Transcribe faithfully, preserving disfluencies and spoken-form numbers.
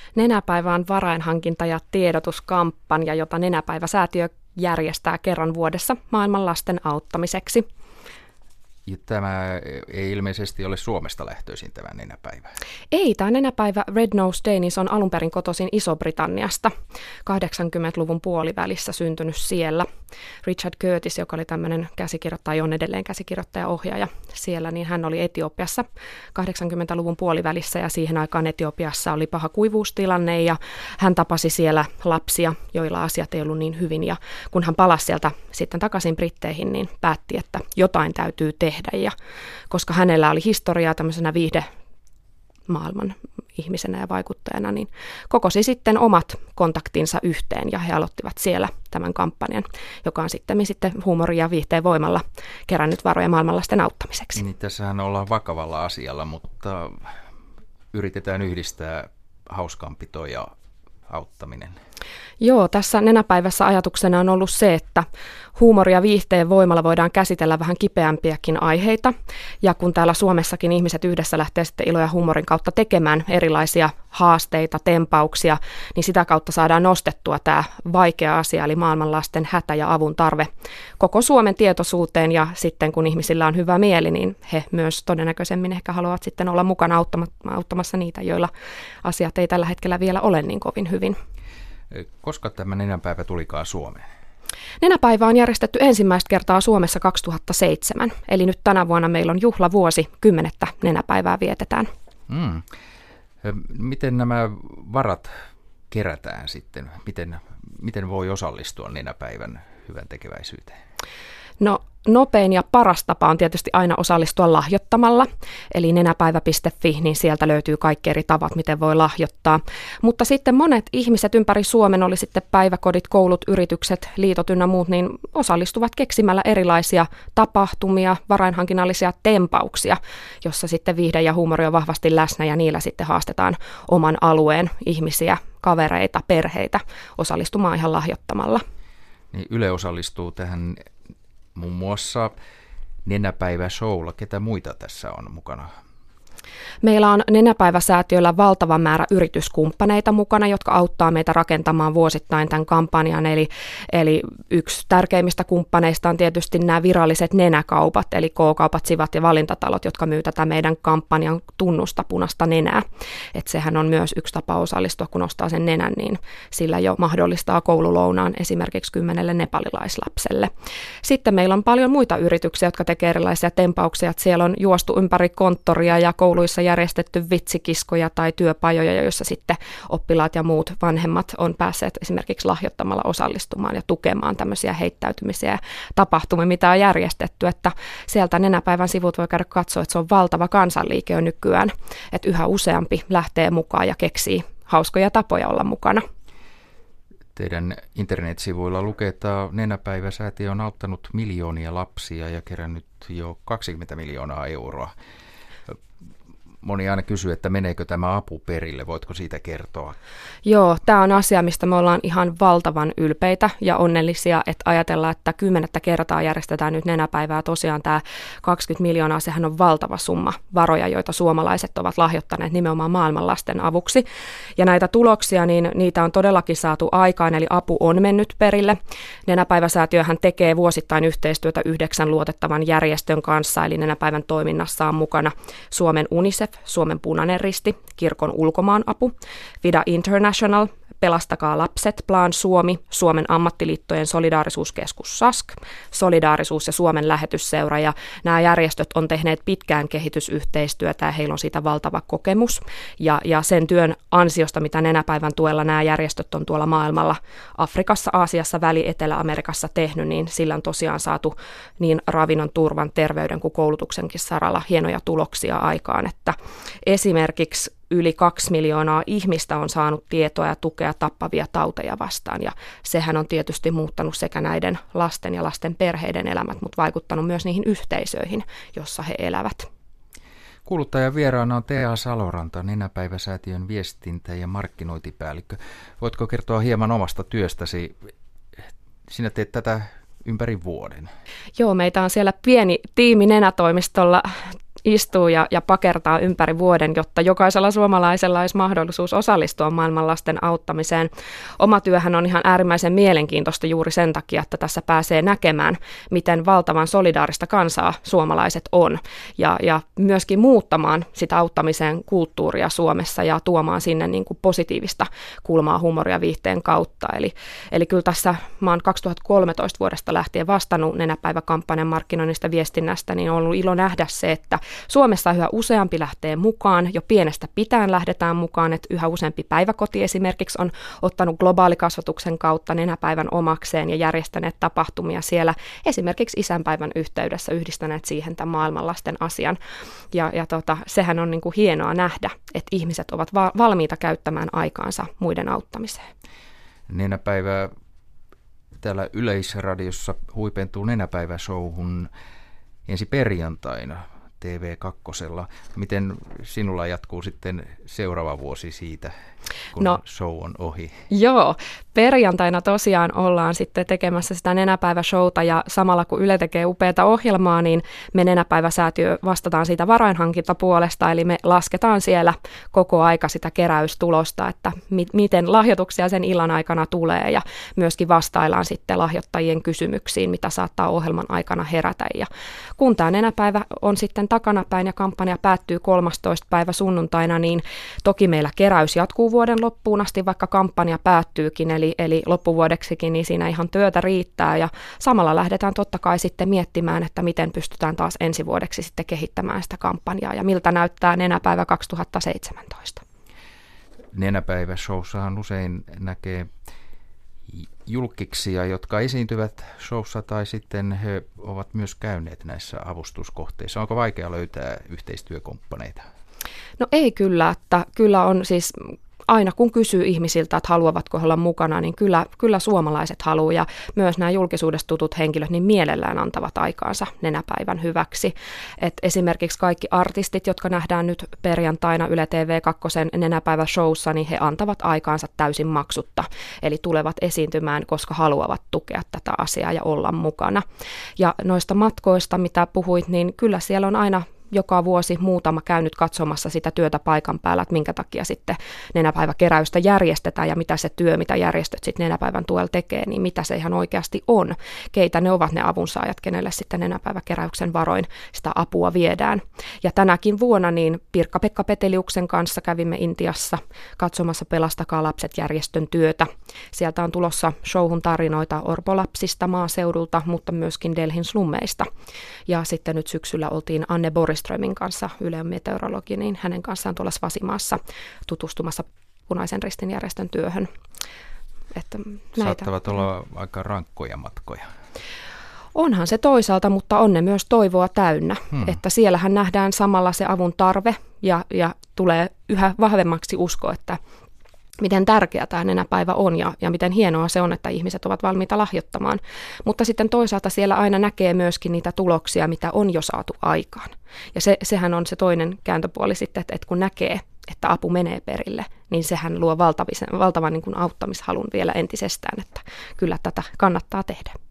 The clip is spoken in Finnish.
Nenäpäivä on varainhankinta- ja tiedotuskampanja, jota Nenäpäivä-säätiö järjestää kerran vuodessa maailman lasten auttamiseksi. Ja tämä ei ilmeisesti ole Suomesta lähtöisin tämä nenäpäivä. Ei, tämä nenäpäivä Red Nose Day, niin se on alun perin kotoisin Iso-Britanniasta, kahdeksankymmentäluvun puolivälissä syntynyt siellä. Richard Curtis, joka oli tämmöinen käsikirjoittaja, on edelleen käsikirjoittaja-ohjaaja siellä, niin hän oli Etiopiassa kahdeksankymmentäluvun puolivälissä ja siihen aikaan Etiopiassa oli paha kuivuustilanne ja hän tapasi siellä lapsia, joilla asiat ei ollut niin hyvin ja kun hän palasi sieltä sitten takaisin Britteihin, niin päätti, että jotain täytyy tehdä. Ja koska hänellä oli historiaa tämmöisenä viihdemaailman ihmisenä ja vaikuttajana, niin kokosi sitten omat kontaktinsa yhteen ja he aloittivat siellä tämän kampanjan, joka on sitten, sitten huumorin ja viihteen voimalla kerännyt varoja maailmanlasten auttamiseksi. Niin, tässähän ollaan vakavalla asialla, mutta yritetään yhdistää hauskanpito ja auttaminen. Joo, tässä nenäpäivässä ajatuksena on ollut se, että huumori- ja viihteen voimalla voidaan käsitellä vähän kipeämpiäkin aiheita. Ja kun täällä Suomessakin ihmiset yhdessä lähtee sitten ilo- ja huumorin kautta tekemään erilaisia haasteita, tempauksia, niin sitä kautta saadaan nostettua tämä vaikea asia, eli maailmanlasten hätä ja avun tarve koko Suomen tietoisuuteen. Ja sitten kun ihmisillä on hyvä mieli, niin he myös todennäköisemmin ehkä haluavat sitten olla mukana auttamassa niitä, joilla asiat ei tällä hetkellä vielä ole niin kovin hyvin. Koska tämä nenäpäivä tulikaan Suomeen? Nenäpäivä on järjestetty ensimmäistä kertaa Suomessa kaksituhattaseitsemän, eli nyt tänä vuonna meillä on juhlavuosi, kymmenettä nenäpäivää vietetään. Mm. Miten nämä varat kerätään sitten? Miten, miten voi osallistua nenäpäivän hyvän tekeväisyyteen? No nopein ja paras tapa on tietysti aina osallistua lahjoittamalla, eli nenäpäivä piste fi, niin sieltä löytyy kaikki eri tavat, miten voi lahjoittaa. Mutta sitten monet ihmiset ympäri Suomen, oli sitten päiväkodit, koulut, yritykset, liitot ynnä muut, niin osallistuvat keksimällä erilaisia tapahtumia, varainhankinnallisia tempauksia, jossa sitten viihde ja huumori on vahvasti läsnä ja niillä sitten haastetaan oman alueen ihmisiä, kavereita, perheitä osallistumaan ihan lahjoittamalla. Niin Yle osallistuu tähän muun muassa Nenäpäivä-showlla. Ketä muita tässä on mukana? Meillä on Nenäpäivä-säätiöllä valtava määrä yrityskumppaneita mukana, jotka auttaa meitä rakentamaan vuosittain tämän kampanjan. Eli, eli yksi tärkeimmistä kumppaneista on tietysti nämä viralliset nenäkaupat, eli K-kaupat, Sivat ja Valintatalot, jotka myy tätä meidän kampanjan tunnusta punaista nenää. Et sehän on myös yksi tapa osallistua, kun ostaa sen nenän, niin sillä jo mahdollistaa koululounaan esimerkiksi kymmenelle nepalilaislapselle. Sitten meillä on paljon muita yrityksiä, jotka tekee erilaisia tempauksia. Että siellä on juostu ympäri konttoria ja kouluissa järjestetty vitsikiskoja tai työpajoja, joissa sitten oppilaat ja muut vanhemmat on päässeet esimerkiksi lahjoittamalla osallistumaan ja tukemaan tämmöisiä heittäytymisiä ja tapahtumia, mitä on järjestetty. Että sieltä Nenäpäivän sivut voi käydä katsoa, että se on valtava kansanliike jo nykyään, että yhä useampi lähtee mukaan ja keksii hauskoja tapoja olla mukana. Teidän internetsivuilla lukee, että Nenäpäivä-säätiö on auttanut miljoonia lapsia ja kerännyt jo kaksikymmentä miljoonaa euroa. Moni aina kysyy, että meneekö tämä apu perille, voitko siitä kertoa? Joo, tämä on asia, mistä me ollaan ihan valtavan ylpeitä ja onnellisia, että ajatellaan, että kymmenettä kertaa järjestetään nyt Nenäpäivää. Tosiaan tämä kaksikymmentä miljoonaa, sehän on valtava summa varoja, joita suomalaiset ovat lahjoittaneet nimenomaan maailmanlasten avuksi. Ja näitä tuloksia, niin niitä on todellakin saatu aikaan, eli apu on mennyt perille. Nenäpäiväsäätiöhän tekee vuosittain yhteistyötä yhdeksän luotettavan järjestön kanssa, eli Nenäpäivän toiminnassa on mukana Suomen UNICEF, Suomen Punainen Risti, Kirkon ulkomaanapu, FIDA International, Pelastakaa lapset, Plan Suomi, Suomen ammattiliittojen solidaarisuuskeskus S A S K, Solidaarisuus ja Suomen lähetysseura. Ja nämä järjestöt on tehneet pitkään kehitysyhteistyötä ja heillä on siitä valtava kokemus. Ja, ja sen työn ansiosta, mitä Nenäpäivän tuella nämä järjestöt on tuolla maailmalla, Afrikassa, Aasiassa, Väli-, Etelä-Amerikassa tehnyt, niin sillä on tosiaan saatu niin ravinnon, turvan, terveyden kuin koulutuksenkin saralla hienoja tuloksia aikaan. Että esimerkiksi yli kaksi miljoonaa ihmistä on saanut tietoa ja tukea tappavia tauteja vastaan, ja sehän on tietysti muuttanut sekä näiden lasten ja lasten perheiden elämät, mutta vaikuttanut myös niihin yhteisöihin, jossa he elävät. Kuuluttajan vieraana on T A Saloranta, Nenäpäivä-säätiön viestintä- ja markkinointipäällikkö. Voitko kertoa hieman omasta työstäsi? Sinä teet tätä ympäri vuoden. Joo, meitä on siellä pieni tiimi Nenätoimistolla istuu ja, ja pakertaa ympäri vuoden, jotta jokaisella suomalaisella olisi mahdollisuus osallistua maailman lasten auttamiseen. Oma työhän on ihan äärimmäisen mielenkiintoista juuri sen takia, että tässä pääsee näkemään, miten valtavan solidaarista kansaa suomalaiset on, ja, ja myöskin muuttamaan sitä auttamisen kulttuuria Suomessa ja tuomaan sinne niin kuin positiivista kulmaa huumoria viihteen kautta. Eli, eli kyllä tässä mä oon kaksituhattakolmetoista vuodesta lähtien vastannut nenäpäiväkampanjan markkinoinnista viestinnästä, niin on ollut ilo nähdä se, että Suomessa yhä useampi lähtee mukaan, jo pienestä pitäen lähdetään mukaan, että yhä useampi päiväkoti esimerkiksi on ottanut globaalikasvatuksen kautta nenäpäivän omakseen ja järjestäneet tapahtumia siellä, esimerkiksi isänpäivän yhteydessä yhdistäneet siihen tämän maailmanlasten asian. Ja, ja tota, sehän on niin kuin hienoa nähdä, että ihmiset ovat va- valmiita käyttämään aikaansa muiden auttamiseen. Nenäpäivä täällä Yleisradiossa huipentuu nenäpäiväshowhun ensi perjantaina T V kaksi. Miten sinulla jatkuu sitten seuraava vuosi siitä, kun no, show on ohi? Joo, perjantaina tosiaan ollaan sitten tekemässä sitä nenäpäiväshowta, ja samalla kun Yle tekee upeata ohjelmaa, niin me Nenäpäiväsäätiö vastataan siitä varainhankintapuolesta, eli me lasketaan siellä koko aika sitä keräystulosta, että mi- miten lahjoituksia sen illan aikana tulee, ja myöskin vastaillaan sitten lahjoittajien kysymyksiin, mitä saattaa ohjelman aikana herätä. Ja kun tämä nenäpäivä on sitten takanapäin ja kampanja päättyy kolmastoista päivä sunnuntaina, niin toki meillä keräys jatkuu vuoden loppuun asti, vaikka kampanja päättyykin, eli, eli loppuvuodeksikin, niin siinä ihan työtä riittää, ja samalla lähdetään totta kai sitten miettimään, että miten pystytään taas ensi vuodeksi sitten kehittämään sitä kampanjaa, ja miltä näyttää Nenäpäivä kaksituhattaseitsemäntoista. Nenäpäivä-showssahan usein näkee julkkiksia, jotka esiintyvät showssa, tai sitten he ovat myös käyneet näissä avustuskohteissa. Onko vaikea löytää yhteistyökumppaneita? No ei kyllä, että kyllä on siis aina kun kysyy ihmisiltä, että haluavatko olla mukana, niin kyllä, kyllä suomalaiset haluaa, ja myös nämä julkisuudesta tutut henkilöt niin mielellään antavat aikaansa nenäpäivän hyväksi. Et esimerkiksi kaikki artistit, jotka nähdään nyt perjantaina Yle T V kaksi nenäpäiväshowssa, niin he antavat aikaansa täysin maksutta, eli tulevat esiintymään, koska haluavat tukea tätä asiaa ja olla mukana. Ja noista matkoista, mitä puhuit, niin kyllä siellä on aina joka vuosi muutama käynyt katsomassa sitä työtä paikan päällä, että minkä takia sitten nenäpäiväkeräystä järjestetään ja mitä se työ, mitä järjestöt sitten nenäpäivän tuella tekee, niin mitä se ihan oikeasti on. Keitä ne ovat ne avunsaajat, kenelle sitten nenäpäiväkeräyksen varoin sitä apua viedään. Ja tänäkin vuonna niin Pirkka-Pekka Peteliuksen kanssa kävimme Intiassa katsomassa Pelastakaa lapset -järjestön työtä. Sieltä on tulossa showhun tarinoita orpolapsista maaseudulta, mutta myöskin Delhin slummeista. Ja sitten nyt syksyllä oltiin Anne Borgströmin kanssa, Yle meteorologi, niin hänen kanssaan tuolla Svasimaassa tutustumassa Punaisen Ristin järjestön työhön. Että näitä saattavat olla aika rankkoja matkoja. Onhan se toisaalta, mutta on ne myös toivoa täynnä, hmm. että siellähän nähdään samalla se avun tarve, ja, ja tulee yhä vahvemmaksi usko, että miten tärkeä tämä nenäpäivä on, ja, ja miten hienoa se on, että ihmiset ovat valmiita lahjoittamaan. Mutta sitten toisaalta siellä aina näkee myöskin niitä tuloksia, mitä on jo saatu aikaan. Ja se, sehän on se toinen kääntöpuoli sitten, että, että kun näkee, että apu menee perille, niin sehän luo valtavan niin kuin auttamishalun vielä entisestään, että kyllä tätä kannattaa tehdä.